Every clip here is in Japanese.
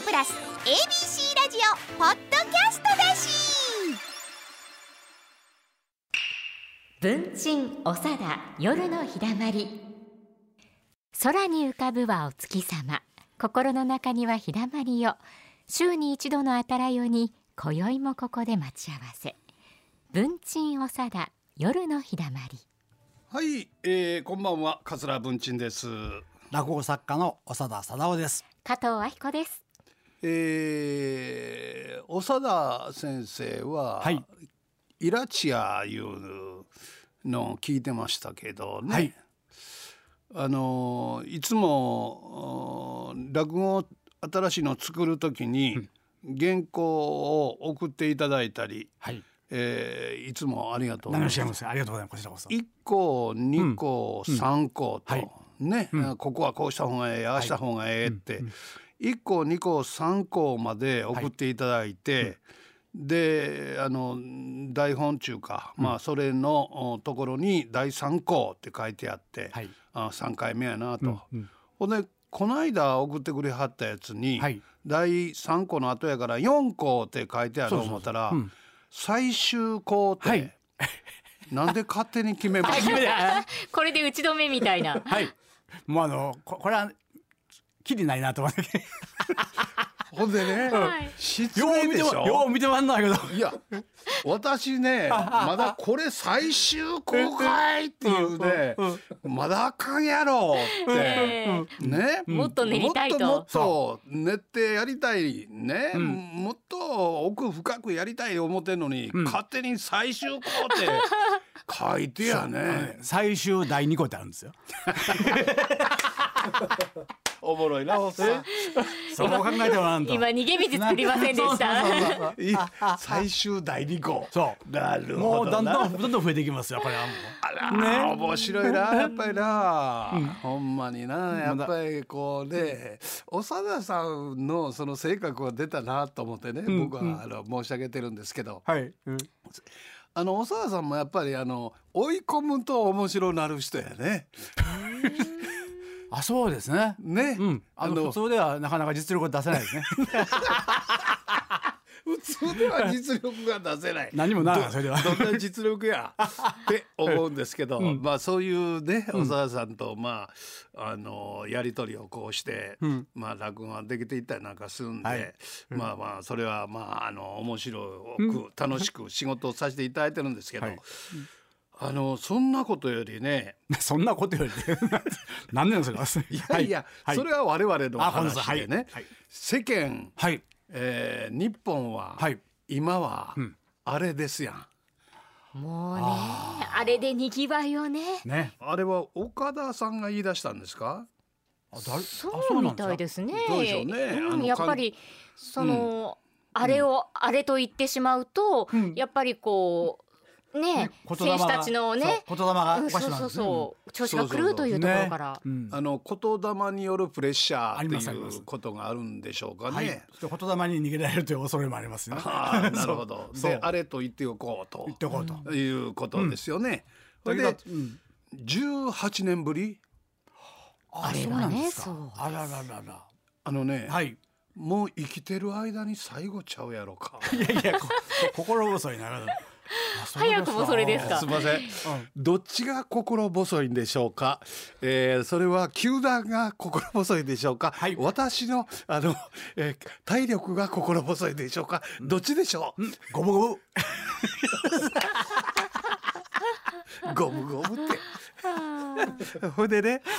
プラス ABC ラジオポッドキャストだし。 文鎮おさだ夜のひだまり。空に浮かぶはお月様、心の中にはひだまりよ。週に一度のあたらよに今宵もここで待ち合わせ。文鎮おさだ夜のひだまり。 はい、こんばんは、桂文鎮です。 落語作家の長田貞夫です。 加藤愛子です。 長田先生は、 はい、 イラチアいうのを聞いてましたけどね、はい、いつも落語新しいのを作るときに、原稿を送っていただいたり、 はい、 いつもありがとうございます。 ありがとうございます。こちらこそ。 1個2個、3個と、 はい、 ね、ここはこうした方がええ、ああした方がええって、1個2個3個まで送っていただいて、で台本中か、それのところに第3項って書いてあって、3回目やなと、ほんでこの間送ってくれはったやつに、第3項の後やから4項って書いてあると思ったら、最終項って、なんで勝手に決めましたこれで打ち止めみたいな。 はい、もうこれはきりないなと思ってほんでね、失礼でしょ。 よう見てまんないけど、いや私ねまだこれ最終公開っていうね、まだあかんやろってね、 もっと練りたいと、 もっと練ってやりたいね、もっと奥深くやりたい思ってんのに、勝手に最終公って書いてやね。 最終第2項ってあるんですよ。 おもろいな、おっさん。 そう考えてもらんと。 今逃げ道作りませんでした。 最終第2項。 そうなるもうほどな。 どんどん増えていきますよ、これはもう。 あら、面白いな、やっぱりな、ほんまにな、やっぱりこうね、長田さんのその性格が出たなと思ってね、僕は申し上げてるんですけど、 はい、 長田さんもやっぱり追い込むと面白なる人やね。 あ、そうですね。 ね、 普通ではなかなか実力を出せないですね。 普通では実力が出せない。 何もないそれでは。 どんな実力やって思うんですけど、そういうね、長田さんとやり取りをこうして、落語ができていったりなんかするんで、それは面白く楽しく仕事をさせていただいてるんですけど、そんなことよりねそんなことより何年ですか。 いや、それは我々の話でね、世間、日本は、今はあれですやん。 もうね、あれでにぎわいをね。 あれは岡田さんが言い出したんですか。 そうみたいですね。 どうでしょうね。 やっぱりあれをあれと言ってしまうと、やっぱりこうね、選手たちのね、 言霊がおかしくなるんですね。 そう調子が狂うというところから、 言霊によるプレッシャーっていうことがあるんでしょうかね。 言霊に逃げられるという恐れもありますね。 なるほど。で、あれと言っておこうということですよね。それで18年ぶり。 あれはね、 あらららら。 もう生きてる間に最後ちゃうやろか。 いや心細いな。 早くもそれですか。 すみません、どっちが心細いんでしょうか。それは球団が心細いでしょうか、私の体力が心細いでしょうか、どっちでしょう。 ゴムゴムゴムゴムってほいでね、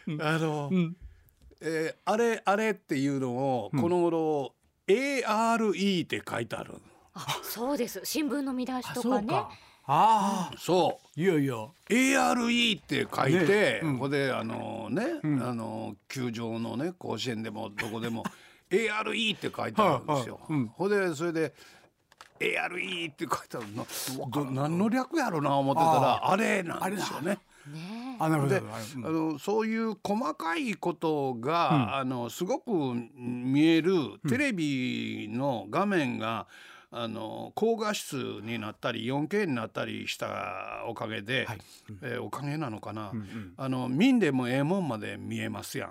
あれっていうのをこの頃、ARE って書いてある。 そうです、新聞の見出しとかね。 そういよいよ ARE って書いて、ここで球場のね、甲子園でもどこでもARE って書いてあるんですよ。ほんでそれでARE って書いてあるの、何の略やろな思ってたらあれなんですよね。でそういう細かいことが、すごく見えるテレビの画面が高画質になったり 4K になったりしたおかげで、おかげなのかな、見んでもええもんまで見えますやん。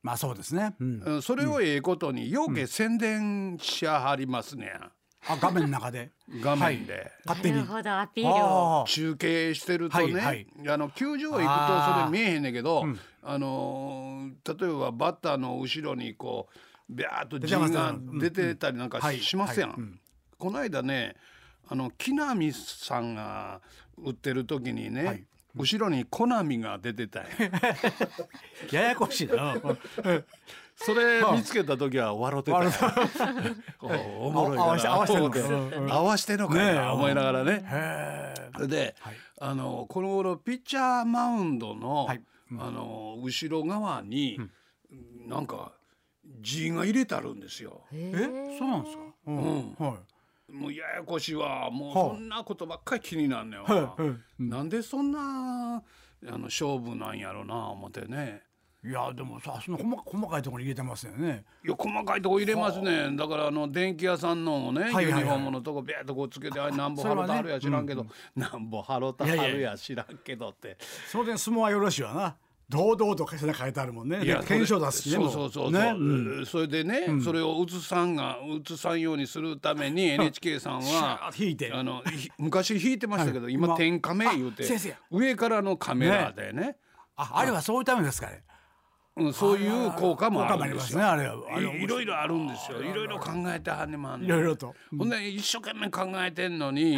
まあそうですね。 それをええことにようけ宣伝しはりますね、 画面の中で画面で、 勝手に。 なるほど、アピールを。 中継してるとね、球場行くとそれ見えへんねんけど、例えばバッターの後ろにこうビャーっと陣が出てたりなんかしますやん。この間ね、木浪さんが打ってる時にね、後ろにコナミが出てたんやややこしいな。 それ見つけた時は笑ってたよおもろいな合わしてんのかいな思いながらね。で、この頃ピッチャーマウンドの、後ろ側に、なんか字が入れてあるんですよ。 そうなんですか。 もうややこしいわ。もうそんなことばっかり気になんねんわ。なんでそんな勝負なんやろな思ってね。 いやでもさ、その細かいところに入れてますよね。 いや細かいとこ入れますね。だから電気屋さんのね、ユニフォームのとこビャーっとこうつけて、なんぼハロタあるや知らんけど、なんぼハロタあるや知らんけどって。 その点相撲はよろしいわな。堂々と背中書いてあるもんね。検証出すしね。 そうそれでね、それを映さんようにするために NHK さんは昔引いてましたけど、今点カメ言うて上からのカメラでね。 あれはそういうためですかね。 そういう効果もあるんですよ。 いろいろあるんですよ。いろいろ考えてはんねまんねん。 いろいろと。 ほんで一生懸命考えてんのに、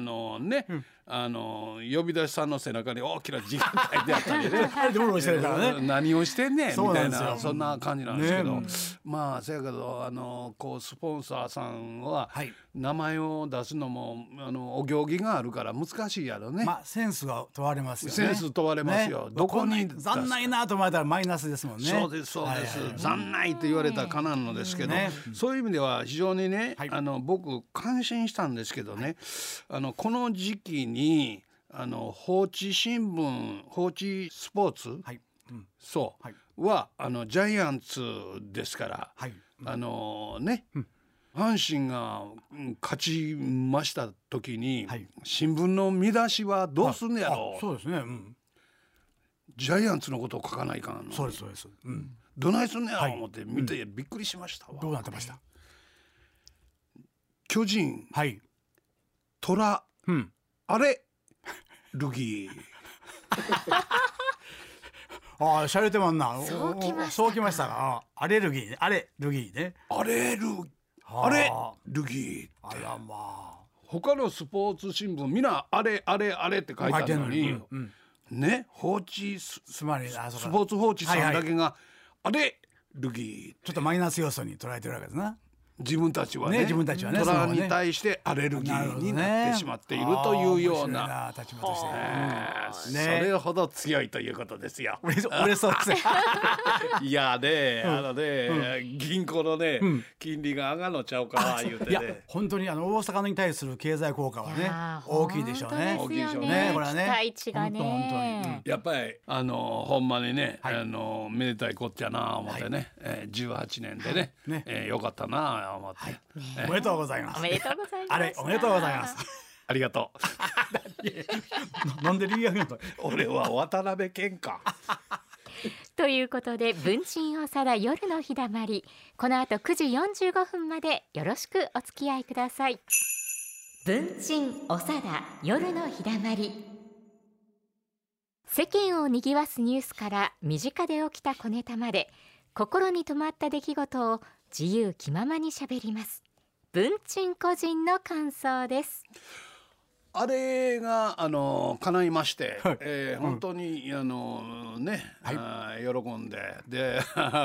呼び出しさんの背中に大きな字が書いてあったりね何をしてんねんみたいな、そんな感じなんですけど、まあせやけどこうスポンサーさんは名前を出すのもお行儀があるから難しいやろね。 まあセンスが問われますよね。 センス問われますよ。どこに残ないなと思われたらマイナスですもんね。 そうですそうです。残ないと言われたらかなんのですけど、そういう意味では非常にね、僕感心したんですけどね、この時期に放置新聞放置スポーツ、はジャイアンツですから、阪神が勝ちました時に、新聞の見出しはどうすんのやろう。 そうですね。 ジャイアンツのことを書かないかんの。 そうですそうです。 どないすんのやろう思って見てびっくりしましたわ。 どうなってました？ 巨人、虎、あれルギーしゃれてまんな。 そうきましたか。 そうきましたか。アレルギーね。アレルギーね。 あれルギーって。 あらまあ。 他のスポーツ新聞みんなあれって書いてあるのに、ね、スポーツ放置さんだけがあれルギー。 ちょっとマイナス要素に捉えてるわけですな。 自分たちはね虎に対してアレルギーになってしまっているというような立場として、それほど強いということですよ。 俺そうですね。 いやね、銀行のね、金利が上がるのちゃうか言うてね。 いや本当に大阪に対する経済効果はね大きいでしょうね。 大きいでしょうね。これはね。 期待値がね。 やっぱりほんまにね、めでたいこっちゃな思ってね、18年でね、よかったな思って、 おめでとうございます。 おめでとうございます。 あれおめでとうございます。 ありがとう。なんで理由が俺は渡辺謙か。 ということで文鎮おさだ夜のひだまり、この後9時45分までよろしくお付き合いください。文鎮おさだ夜のひだまり、世間をにぎわすニュースから身近で起きた小ネタまで、心に留まった出来事を自由気ままにしゃべります。文鎮個人の感想です。 あれが叶いまして、本当に喜んで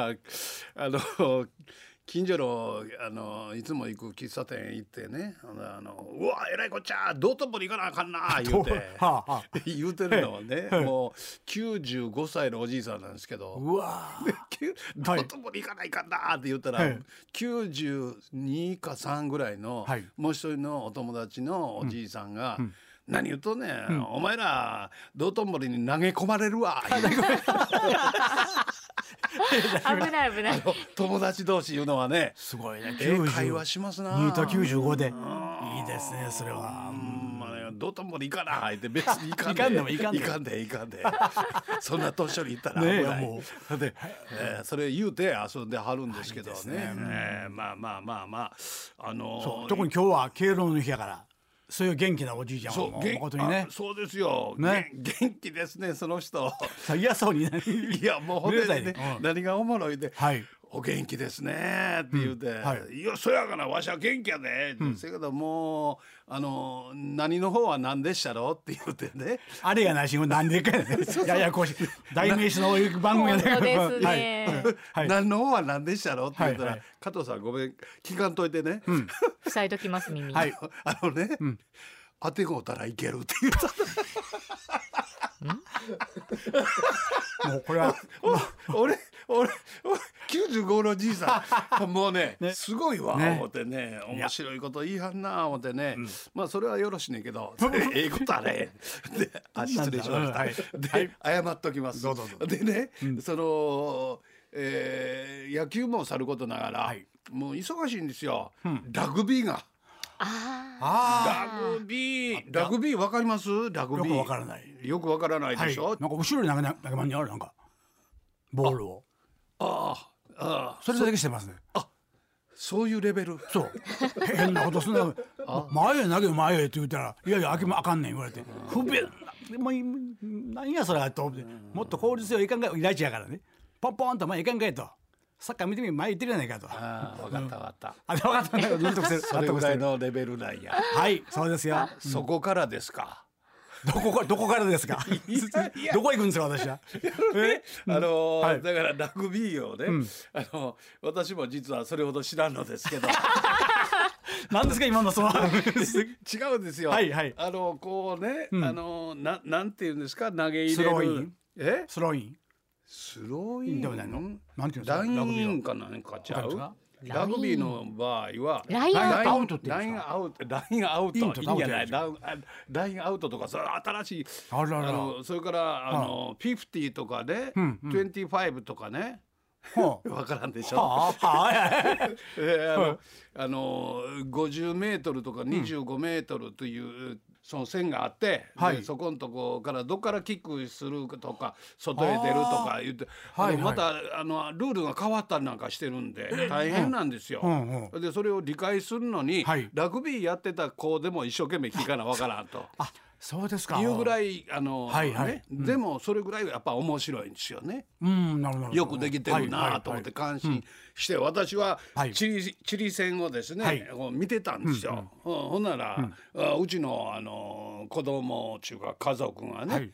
近所のいつも行く喫茶店行ってね、うわえらいこっちゃ道頓堀行かなあかんな言うて言うてるのはね、もう95歳のおじいさんなんですけど、 うわ道頓堀行かないかんなって言ったら、92か3ぐらいのもう一人のお友達のおじいさんが、何言うとね、お前ら道頓堀に投げ込まれるわ危ない危ない。 友達同士言うのはね、 すごいね。 会話しますな。 2と95でいいですね。それは道頓堀行かなって別に行かんで行かんでも行かんで行かんで行かんでそんな年寄り行ったら危ない、 ねえもで、それ言うて遊んではるんですけどね、 いいですねまあそう特に今日は敬老の日やからそういう元気なおじいちゃんそうも誠にねそうですよ、 ね元気ですねその人嫌そうにねいやもうほんでね、何がおもろいで、 はいお元気ですねって言うて、いやそやがなわしは元気やで、せやけどもう何の方は何でしたろって言うてねあれがないしなんでかやねややこしい代名詞の番組やね本当ですねはい何の方は何でしたろって言ったら、加藤さんごめん聞かんといてね、 塞いときます耳に、 はい当てごうたらいけるって言ったもうこれは俺95のじいさんもうねすごいわ思ってね面白いこと言いはんな思ってね、まあそれはよろしねんけどええことあれで失礼しました、で謝っときます。 どうぞでね、その野球もさることながら、もう忙しいんですよ、ラグビーが。ラグビーわかります？ラグビーよくわからない。 よくわからないでしょ。 なんか後ろに投げまんにあるなんかボールを。それだけしてますね。 そういうレベル。 そう。変なことすんな。前へ投げ前へって言ったらいやいやあかんねん言われて。不便な。何やそれと思ってもっと効率よいかんかいライチやからね。ポンポンと前いかんかいと。サッカー見てみ前行ってるやないかと。 分かった分かった。 分かった。 それぐらいのレベルなんや。 はいそうですよ。 そこからですか。 どこからですか。どこ行くんですか私は。 だからラグビーをね、私も実はそれほど知らんのですけど。 なんですか今のその違うんですよ。こうね、なんていうんですか投げ入れる。 スローイン。 スローインでもないの？なんていうんですか？ ラインかなんかちゃう？ラグビーの場合はラインアウトってラインアウトいいんじゃない？ラインアウトとかそれ新しいそれから50とかね25とかねわからんでしょ。50メートルとか25メートルというその線があって、そこのとこからどっからキックするとか外へ出るとか言って、またルールが変わったりなんかしてるんで大変なんですよ。でそれを理解するのに、ラグビーやってた子でも一生懸命聞かなわからんと。 そうですか。 いうぐらいでもそれぐらいやっぱ面白いんですよね。よくできてるなと思って感心して私はチリ戦をですね見てたんですよ。ほんならうちの子供っていうか家族がね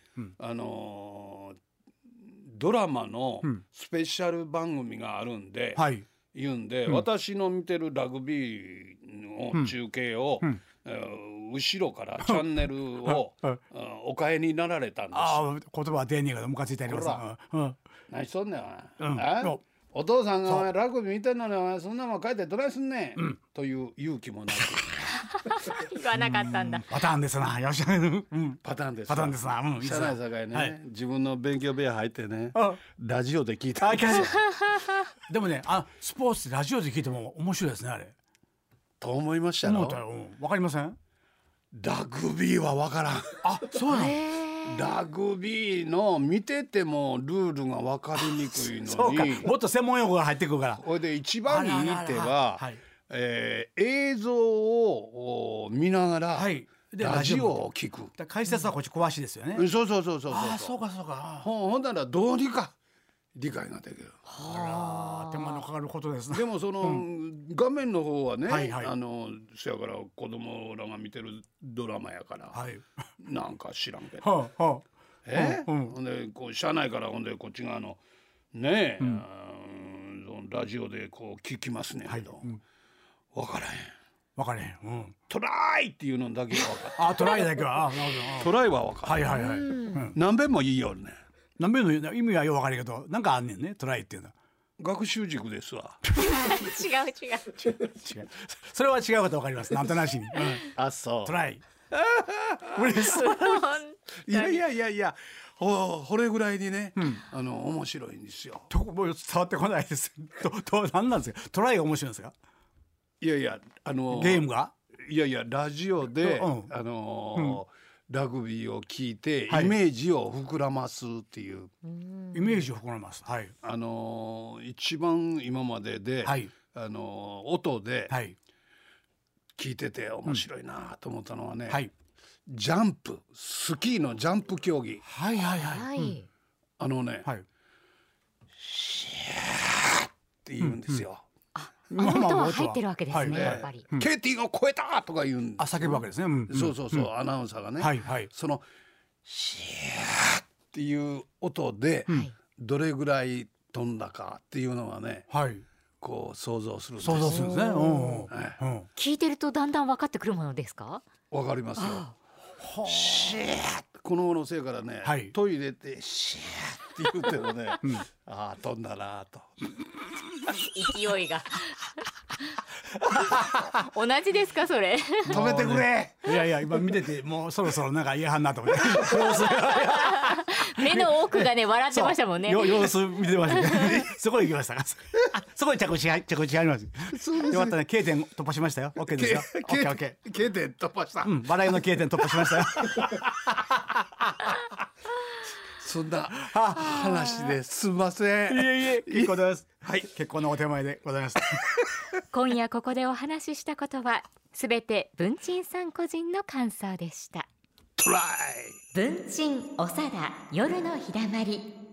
ドラマのスペシャル番組があるんで言うんで私の見てるラグビーの中継を後ろからチャンネルをお変えになられたんです。 言葉は丁寧がムカついてあります。 何しとんねんお父さんがラグビー見てんのにそんなもん書いてどないすんねんという勇気もなく言わなかったんだ。 パターンですな。よしパターンですな。 社内境ね自分の勉強部屋入ってねラジオで聞いたんですよ。 でもねスポーツラジオで聞いても面白いですねあれ。 と思いましたよ。 わかりません？ ラグビーはわからん。 そうなの。 ラグビーの見ててもルールが分かりにくいのにもっと専門用語が入ってくるから。 これで一番いい手は映像を見ながらラジオを聞く。 解説はこっち壊しですよね。 そうそうか。 ほんならどうにか理解ができる。 手間のかかることですね。 でもその画面の方はねそやから子供らが見てるドラマやからなんか知らんけどほんでこう車内からほんでこっち側のねラジオでこう聞きますねんけど分からへん。トライっていうのだけは分かる。 トライだけはトライは分かる。何遍もいいよね。 何遍の意味はよく分かるけどなんかあんねんねトライっていうのは。 学習塾ですわ。 違う。 それは違うこと分かります。なんとなしに。 そう。 トライ。 いやこれぐらいにね面白いんですよ。 もう伝わってこないです。何なんですか。トライが面白いんですか。 いやゲームが。 いやいやラジオで、ラグビーを聞いてイメージを膨らますっていう、 イメージを膨らます。はい。 一番今までで、 はい、 音で聞いてて面白いなと思ったのはね、 はい、 ジャンプ、スキーのジャンプ競技。 はいはいはい。 ね、 はい、 シャーって言うんですよ。 音は入ってるわけですね、やっぱり。 ケイティを超えたとか言うん叫ぶわけですね。 そうそうそう、アナウンサーがね、 はいはい、 そのシャーっていう音でどれぐらい飛んだかっていうのはね、 はい、 こう想像するんです。 想像するんですね。 聞いてるとだんだん分かってくるものですか？ わかりますよ。シャーこののせいからね、トイレでシャーって言ってもね、ああ飛んだなと勢いが同じですかそれ？ 止めてくれ。 いやいや今見ててもうそろそろなんか嫌はんなと思って目の奥がね笑ってましたもんね。 様子見てましたね。そこに行きましたか。そこに着地入ります。よかったね。K 点突破しましたよ。 OK ですよ。 OK K 点突破した。 笑いの K 点突破しましたよ。 そんな話ですみません。 いえいえ結構です。はい、結構のお手前でございます。 今夜ここでお話ししたことはすべて文鎮さん個人の感想でした。 トライ文鎮おさだ夜のひだまり。